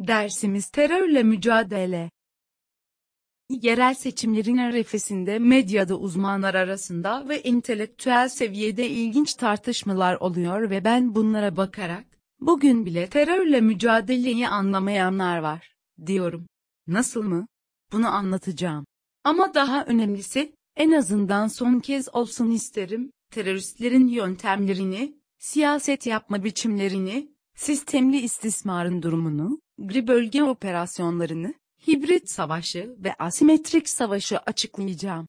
Dersimiz terörle mücadele. Yerel seçimlerin arefesinde medyada uzmanlar arasında ve entelektüel seviyede ilginç tartışmalar oluyor ve ben bunlara bakarak, bugün bile terörle mücadeleyi anlamayanlar var, diyorum. Nasıl mı? Bunu anlatacağım. Ama daha önemlisi, en azından son kez olsun isterim, teröristlerin yöntemlerini, siyaset yapma biçimlerini, sistemli istismarın durumunu, gri bölge operasyonlarını, hibrit savaşı ve asimetrik savaşı açıklayacağım.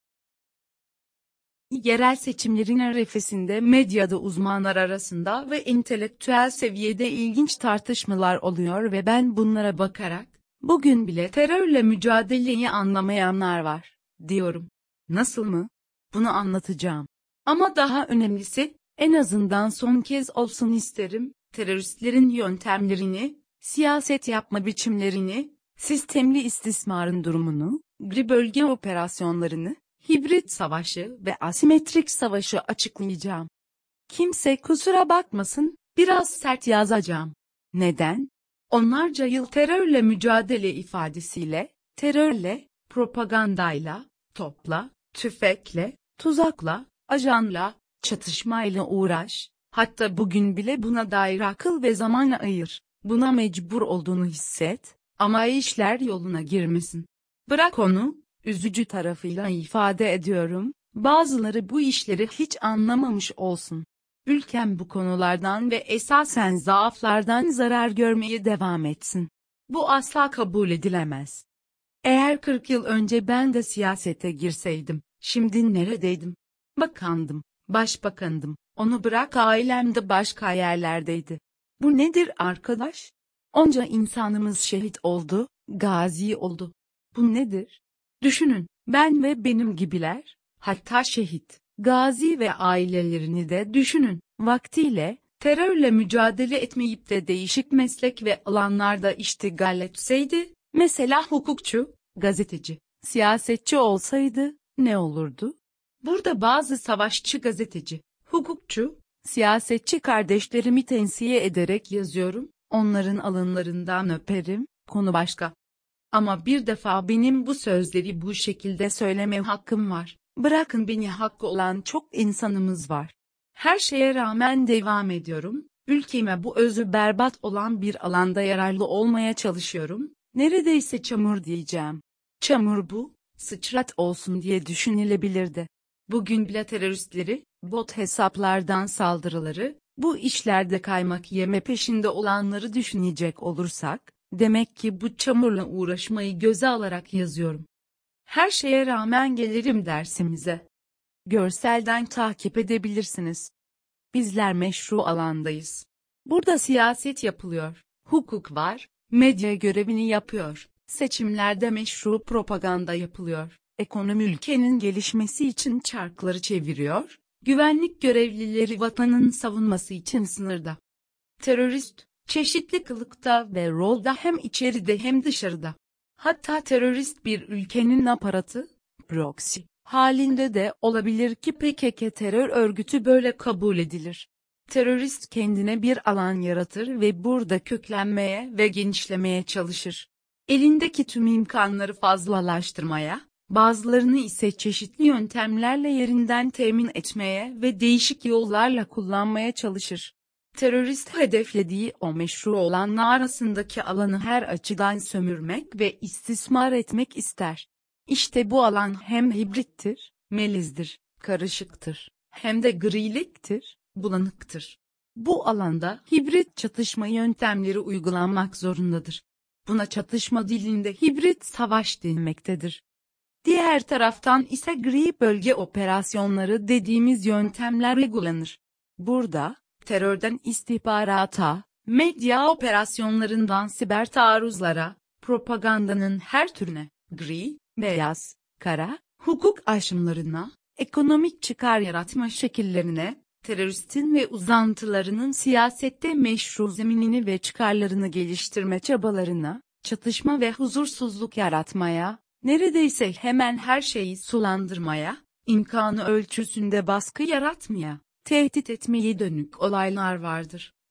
Yerel seçimlerin arefesinde medyada uzmanlar arasında ve entelektüel seviyede ilginç tartışmalar oluyor ve ben bunlara bakarak, bugün bile terörle mücadeleyi anlamayanlar var, diyorum. Nasıl mı? Bunu anlatacağım. Ama daha önemlisi, en azından son kez olsun isterim, teröristlerin yöntemlerini, siyaset yapma biçimlerini, sistemli istismarın durumunu, gri bölge operasyonlarını, hibrit savaşı ve asimetrik savaşı açıklayacağım. Kimse kusura bakmasın, biraz sert yazacağım. Neden? Onlarca yıl terörle mücadele ifadesiyle, terörle, propagandayla, topla, tüfekle, tuzakla, ajanla, çatışmayla uğraş, hatta bugün bile buna dair akıl ve zaman ayır, buna mecbur olduğunu hisset, ama işler yoluna girmesin. Bırak onu, üzücü tarafıyla ifade ediyorum, bazıları bu işleri hiç anlamamış olsun. Ülkem bu konulardan ve esasen zaaflardan zarar görmeye devam etsin. Bu asla kabul edilemez. Eğer 40 yıl önce ben de siyasete girseydim, şimdi neredeydim? Bakandım, başbakandım, onu bırak ailem de başka yerlerdeydi. Bu nedir arkadaş? Onca insanımız şehit oldu, gazi oldu. Bu nedir? Düşünün, ben ve benim gibiler, hatta şehit, gazi ve ailelerini de düşünün, vaktiyle, terörle mücadele etmeyip de değişik meslek ve alanlarda iştigal etseydi, mesela hukukçu, gazeteci, siyasetçi olsaydı, ne olurdu? Burada bazı savaşçı gazeteci, hukukçu, siyasetçi kardeşlerimi tensiye ederek yazıyorum, onların alınlarından öperim, konu başka. Ama bir defa benim bu sözleri bu şekilde söyleme hakkım var. Bırakın beni hakkı olan çok insanımız var. Her şeye rağmen devam ediyorum. Ülkeme bu özü berbat olan bir alanda yararlı olmaya çalışıyorum. Neredeyse çamur diyeceğim. Çamur bu, sıçrat olsun diye düşünülebilirdi. Bugün bile teröristleri, bot hesaplardan saldırıları, bu işlerde kaymak yeme peşinde olanları düşünecek olursak, demek ki bu çamurla uğraşmayı göze alarak yazıyorum. Her şeye rağmen gelirim dersimize. Görselden takip edebilirsiniz. Bizler meşru alandayız. Burada siyaset yapılıyor, hukuk var, medya görevini yapıyor, seçimlerde meşru propaganda yapılıyor, ekonomi ülkenin gelişmesi için çarkları çeviriyor, güvenlik görevlileri vatanın savunması için sınırda. Terörist, çeşitli kılıkta ve rolda hem içeride hem dışarıda. Hatta terörist bir ülkenin aparatı, proxy, halinde de olabilir ki PKK terör örgütü böyle kabul edilir. Terörist kendine bir alan yaratır ve burada köklenmeye ve genişlemeye çalışır. Elindeki tüm imkanları fazlalaştırmaya, bazılarını ise çeşitli yöntemlerle yerinden temin etmeye ve değişik yollarla kullanmaya çalışır. Terörist hedeflediği o meşru olanlar arasındaki alanı her açıdan sömürmek ve istismar etmek ister. İşte bu alan hem hibrittir, melezdir, karışıktır, hem de griliktir, bulanıktır. Bu alanda hibrit çatışma yöntemleri uygulanmak zorundadır. Buna çatışma dilinde hibrit savaş denmektedir. Diğer taraftan ise gri bölge operasyonları dediğimiz yöntemler uygulanır. Burada, terörden istihbarata, medya operasyonlarından siber taarruzlara, propagandanın her türüne, gri, beyaz, kara, hukuk aşımlarına, ekonomik çıkar yaratma şekillerine, teröristin ve uzantılarının siyasette meşru zeminini ve çıkarlarını geliştirme çabalarına, çatışma ve huzursuzluk yaratmaya, neredeyse hemen her şeyi sulandırmaya, imkanı ölçüsünde baskı yaratmaya, tehdit etmeye dönük olaylar vardır.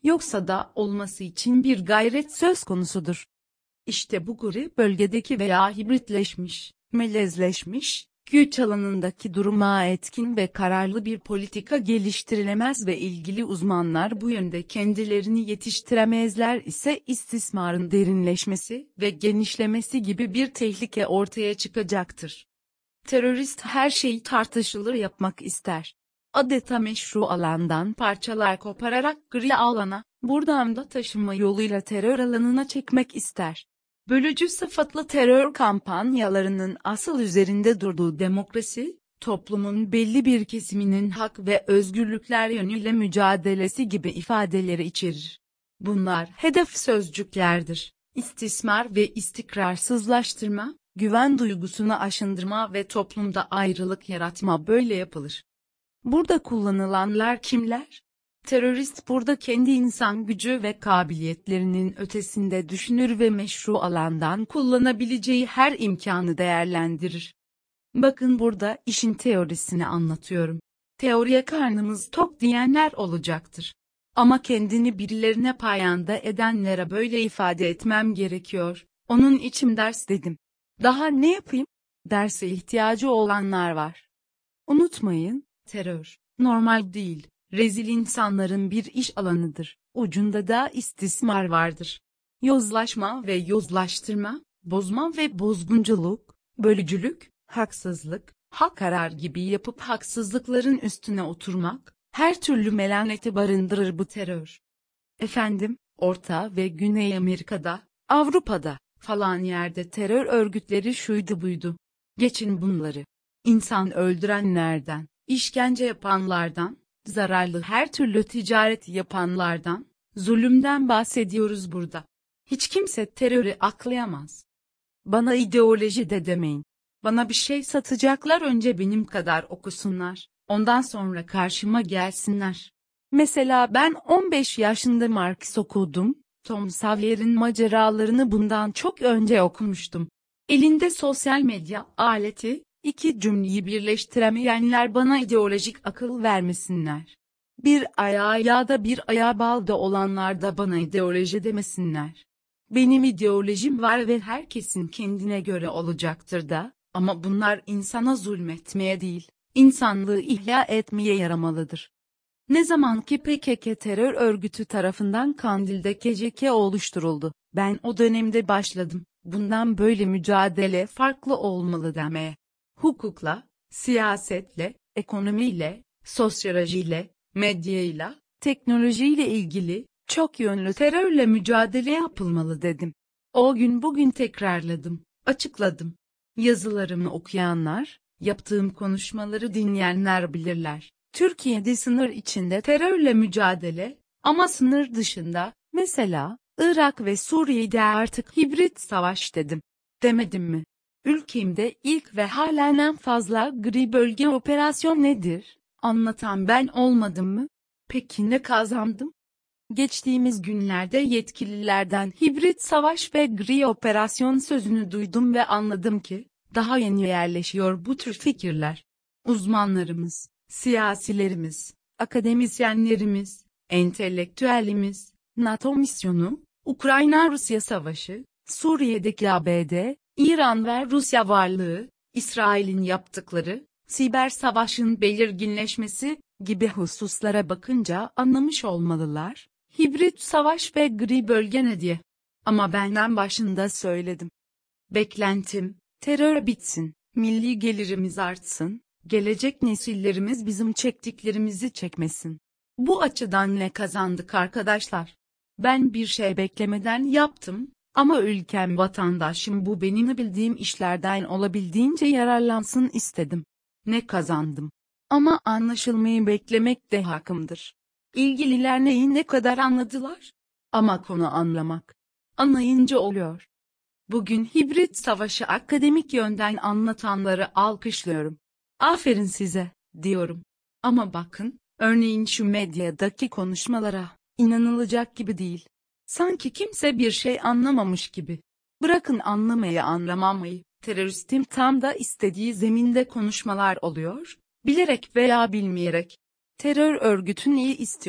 yoksa da olması için bir gayret söz konusudur. İşte bu grup bölgedeki veya hibritleşmiş, melezleşmiş, güç alanındaki duruma etkin ve kararlı bir politika geliştirilemez ve ilgili uzmanlar bu yönde kendilerini yetiştiremezler ise istismarın derinleşmesi ve genişlemesi gibi bir tehlike ortaya çıkacaktır. Terörist her şeyi tartışılır yapmak ister. Adeta meşru alandan parçalar kopararak gri alana, buradan da taşıma yoluyla terör alanına çekmek ister. Bölücü sıfatlı terör kampanyalarının asıl üzerinde durduğu demokrasi, toplumun belli bir kesiminin hak ve özgürlükler yönüyle mücadelesi gibi ifadeleri içerir. Bunlar hedef sözcüklerdir. İstismar ve istikrarsızlaştırma, güven duygusunu aşındırma ve toplumda ayrılık yaratma böyle yapılır. Burada kullanılanlar kimler? Terörist burada kendi insan gücü ve kabiliyetlerinin ötesinde düşünür ve meşru alandan kullanabileceği her imkanı değerlendirir. Bakın burada işin teorisini anlatıyorum. Teoriye karnımız tok diyenler olacaktır. Ama kendini birilerine payanda edenlere böyle ifade etmem gerekiyor. Onun için ders dedim. Daha ne yapayım? Derse ihtiyacı olanlar var. Unutmayın, terör, normal değil, rezil insanların bir iş alanıdır. Ucunda da istismar vardır. Yozlaşma ve yozlaştırma, bozma ve bozgunculuk, bölücülük, haksızlık, hak arar gibi yapıp haksızlıkların üstüne oturmak, her türlü melaneti barındırır bu terör. Efendim, Orta ve Güney Amerika'da, Avrupa'da, falan yerde terör örgütleri şuydu buydu. Geçin bunları. İnsan öldürenlerden, işkence yapanlardan, zararlı her türlü ticaret yapanlardan, zulümden bahsediyoruz burada. Hiç kimse terörü aklayamaz. Bana ideoloji de demeyin. Bana bir şey satacaklar önce benim kadar okusunlar, ondan sonra karşıma gelsinler. Mesela ben 15 yaşında Marx okudum, Tom Sawyer'in maceralarını bundan çok önce okumuştum. Elinde sosyal medya aleti, iki cümleyi birleştiremeyenler bana ideolojik akıl vermesinler. Bir ayağı yağda bir ayağı balda olanlar da bana ideoloji demesinler. Benim ideolojim var ve herkesin kendine göre olacaktır da, ama bunlar insana zulmetmeye değil, insanlığı ihya etmeye yaramalıdır. Ne zaman ki PKK terör örgütü tarafından Kandil'de KCK oluşturuldu, ben o dönemde başladım, bundan böyle mücadele farklı olmalı demeye. Hukukla, siyasetle, ekonomiyle, sosyolojiyle, medyayla, teknolojiyle ilgili, çok yönlü terörle mücadele yapılmalı dedim. O gün bugün tekrarladım, açıkladım. Yazılarımı okuyanlar, yaptığım konuşmaları dinleyenler bilirler. Türkiye'de sınır içinde terörle mücadele, ama sınır dışında, mesela, Irak ve Suriye'de artık hibrit savaş dedim. Demedim mi? Ülkemde ilk ve halen en fazla gri bölge operasyon nedir? Anlatan ben olmadım mı? Peki ne kazandım? Geçtiğimiz günlerde yetkililerden hibrit savaş ve gri operasyon sözünü duydum ve anladım ki, daha yeni yerleşiyor bu tür fikirler. Uzmanlarımız, siyasilerimiz, akademisyenlerimiz, entelektüelimiz, NATO misyonu, Ukrayna-Rusya savaşı, Suriye'deki ABD, İran ve Rusya varlığı, İsrail'in yaptıkları, siber savaşın belirginleşmesi gibi hususlara bakınca anlamış olmalılar, hibrit savaş ve gri bölge ne diye. Ama benden başında söyledim. Beklentim, terör bitsin, milli gelirimiz artsın, gelecek nesillerimiz bizim çektiklerimizi çekmesin. Bu açıdan ne kazandık arkadaşlar? Ben bir şey beklemeden yaptım, ama ülkem vatandaşım bu benim bildiğim işlerden olabildiğince yararlansın istedim. Ne kazandım? Ama anlaşılmayı beklemek de hakkımdır. İlgililer neyi ne kadar anladılar? Ama konu anlamak. Anlayınca oluyor. Bugün hibrit savaşı akademik yönden anlatanları alkışlıyorum. Aferin size, diyorum. Ama bakın, örneğin şu medyadaki konuşmalara, inanılacak gibi değil. Sanki kimse bir şey anlamamış gibi. Bırakın anlamayı anlamamayı, teröristin tam da istediği zeminde konuşmalar oluyor, bilerek veya bilmeyerek. Terör örgütü neyi istiyor?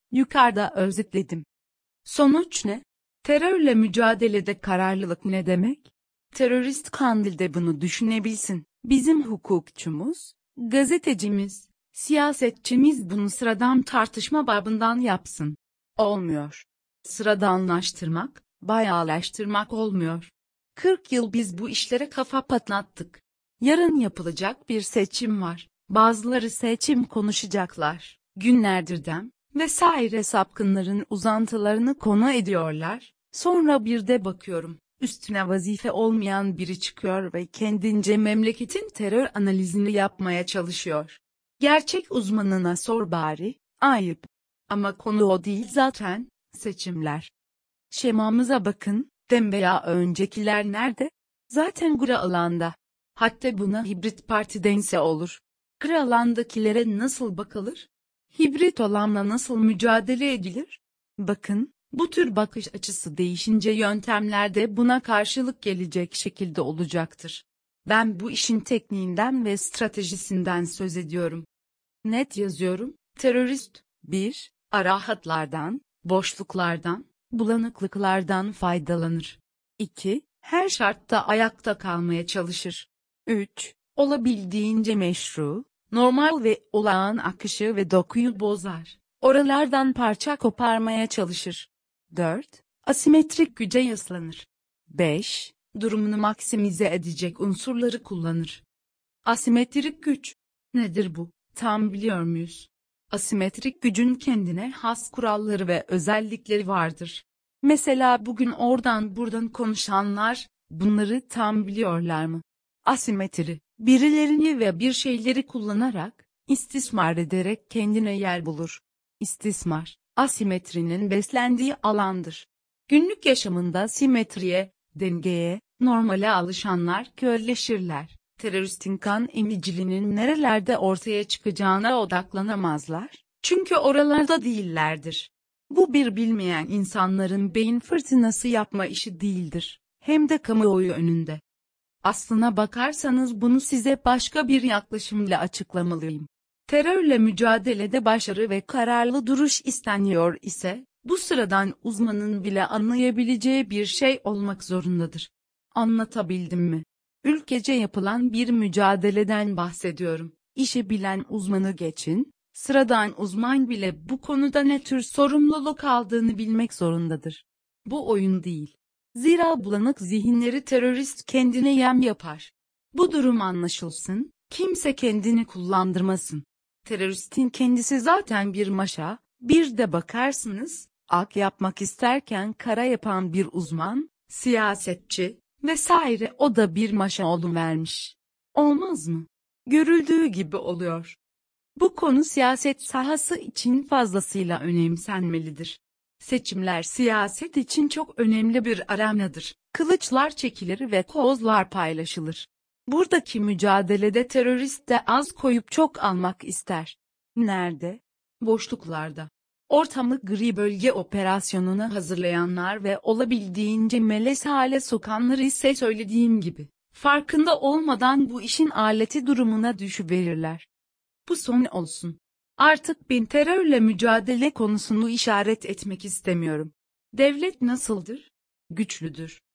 Yukarıda özetledim. Sonuç ne? Terörle mücadelede kararlılık ne demek? Terörist Kandil'de bunu düşünebilsin. Bizim hukukçumuz, gazetecimiz, siyasetçimiz bunu sıradan tartışma babından yapsın. Olmuyor. Sıradanlaştırmak, bayağılaştırmak olmuyor. 40 yıl biz bu işlere kafa patlattık. Yarın yapılacak bir seçim var. Bazıları seçim konuşacaklar. Günlerdir dem vesaire sapkınların uzantılarını konu ediyorlar. Sonra bir de bakıyorum, üstüne vazife olmayan biri çıkıyor ve kendince memleketin terör analizini yapmaya çalışıyor. Gerçek uzmanına sor bari, ayıp. Ama konu o değil zaten, seçimler. Şemamıza bakın, dem veya öncekiler nerede? Zaten gri alanda. Hatta buna hibrit parti dense olur. Gri alandakilere nasıl bakılır? Hibrit olanla nasıl mücadele edilir? Bakın, bu tür bakış açısı değişince yöntemler de buna karşılık gelecek şekilde olacaktır. Ben bu işin tekniğinden ve stratejisinden söz ediyorum. Net yazıyorum, terörist, 1. Ara hatlardan, boşluklardan, bulanıklıklardan faydalanır. 2. Her şartta ayakta kalmaya çalışır. 3. Olabildiğince meşru, normal ve olağan akışı ve dokuyu bozar. Oralardan parça koparmaya çalışır. 4. Asimetrik güce yaslanır. 5. Durumunu maksimize edecek unsurları kullanır. Asimetrik güç. Nedir bu? Tam biliyor muyuz? Asimetrik gücün kendine has kuralları ve özellikleri vardır. Mesela bugün oradan buradan konuşanlar, bunları tam biliyorlar mı? Asimetri, birilerini ve bir şeyleri kullanarak, istismar ederek kendine yer bulur. İstismar, asimetrinin beslendiği alandır. Günlük yaşamında simetriye, dengeye, normale alışanlar kölleşirler. Teröristin kan emiciliğinin nerelerde ortaya çıkacağına odaklanamazlar, çünkü oralarda değillerdir. Bu bir bilmeyen insanların beyin fırtınası yapma işi değildir, hem de kamuoyu önünde. Aslına bakarsanız bunu size başka bir yaklaşımla açıklamalıyım. Terörle mücadelede başarı ve kararlı duruş isteniyor ise, bu sıradan uzmanın bile anlayabileceği bir şey olmak zorundadır. Anlatabildim mi? Ülkece yapılan bir mücadeleden bahsediyorum. İşi bilen uzmanı geçin, sıradan uzman bile bu konuda ne tür sorumluluk aldığını bilmek zorundadır. Bu oyun değil. Zira bulanık zihinleri terörist kendine yem yapar. Bu durum anlaşılsın, kimse kendini kullandırmasın. Teröristin kendisi zaten bir maşa, bir de bakarsınız, ak yapmak isterken kara yapan bir uzman, siyasetçi vesaire o da bir maşa oluvermiş. Olmaz mı? Görüldüğü gibi oluyor. Bu konu siyaset sahası için fazlasıyla önemsenmelidir. Seçimler siyaset için çok önemli bir arenadır. Kılıçlar çekilir ve kozlar paylaşılır. Buradaki mücadelede terörist de az koyup çok almak ister. Nerede? Boşluklarda. Ortamı gri bölge operasyonuna hazırlayanlar ve olabildiğince melez hale sokanlar ise söylediğim gibi, farkında olmadan bu işin aleti durumuna düşüverirler. Bu son olsun. Artık ben terörle mücadele konusunu işaret etmek istemiyorum. Devlet nasıldır? Güçlüdür.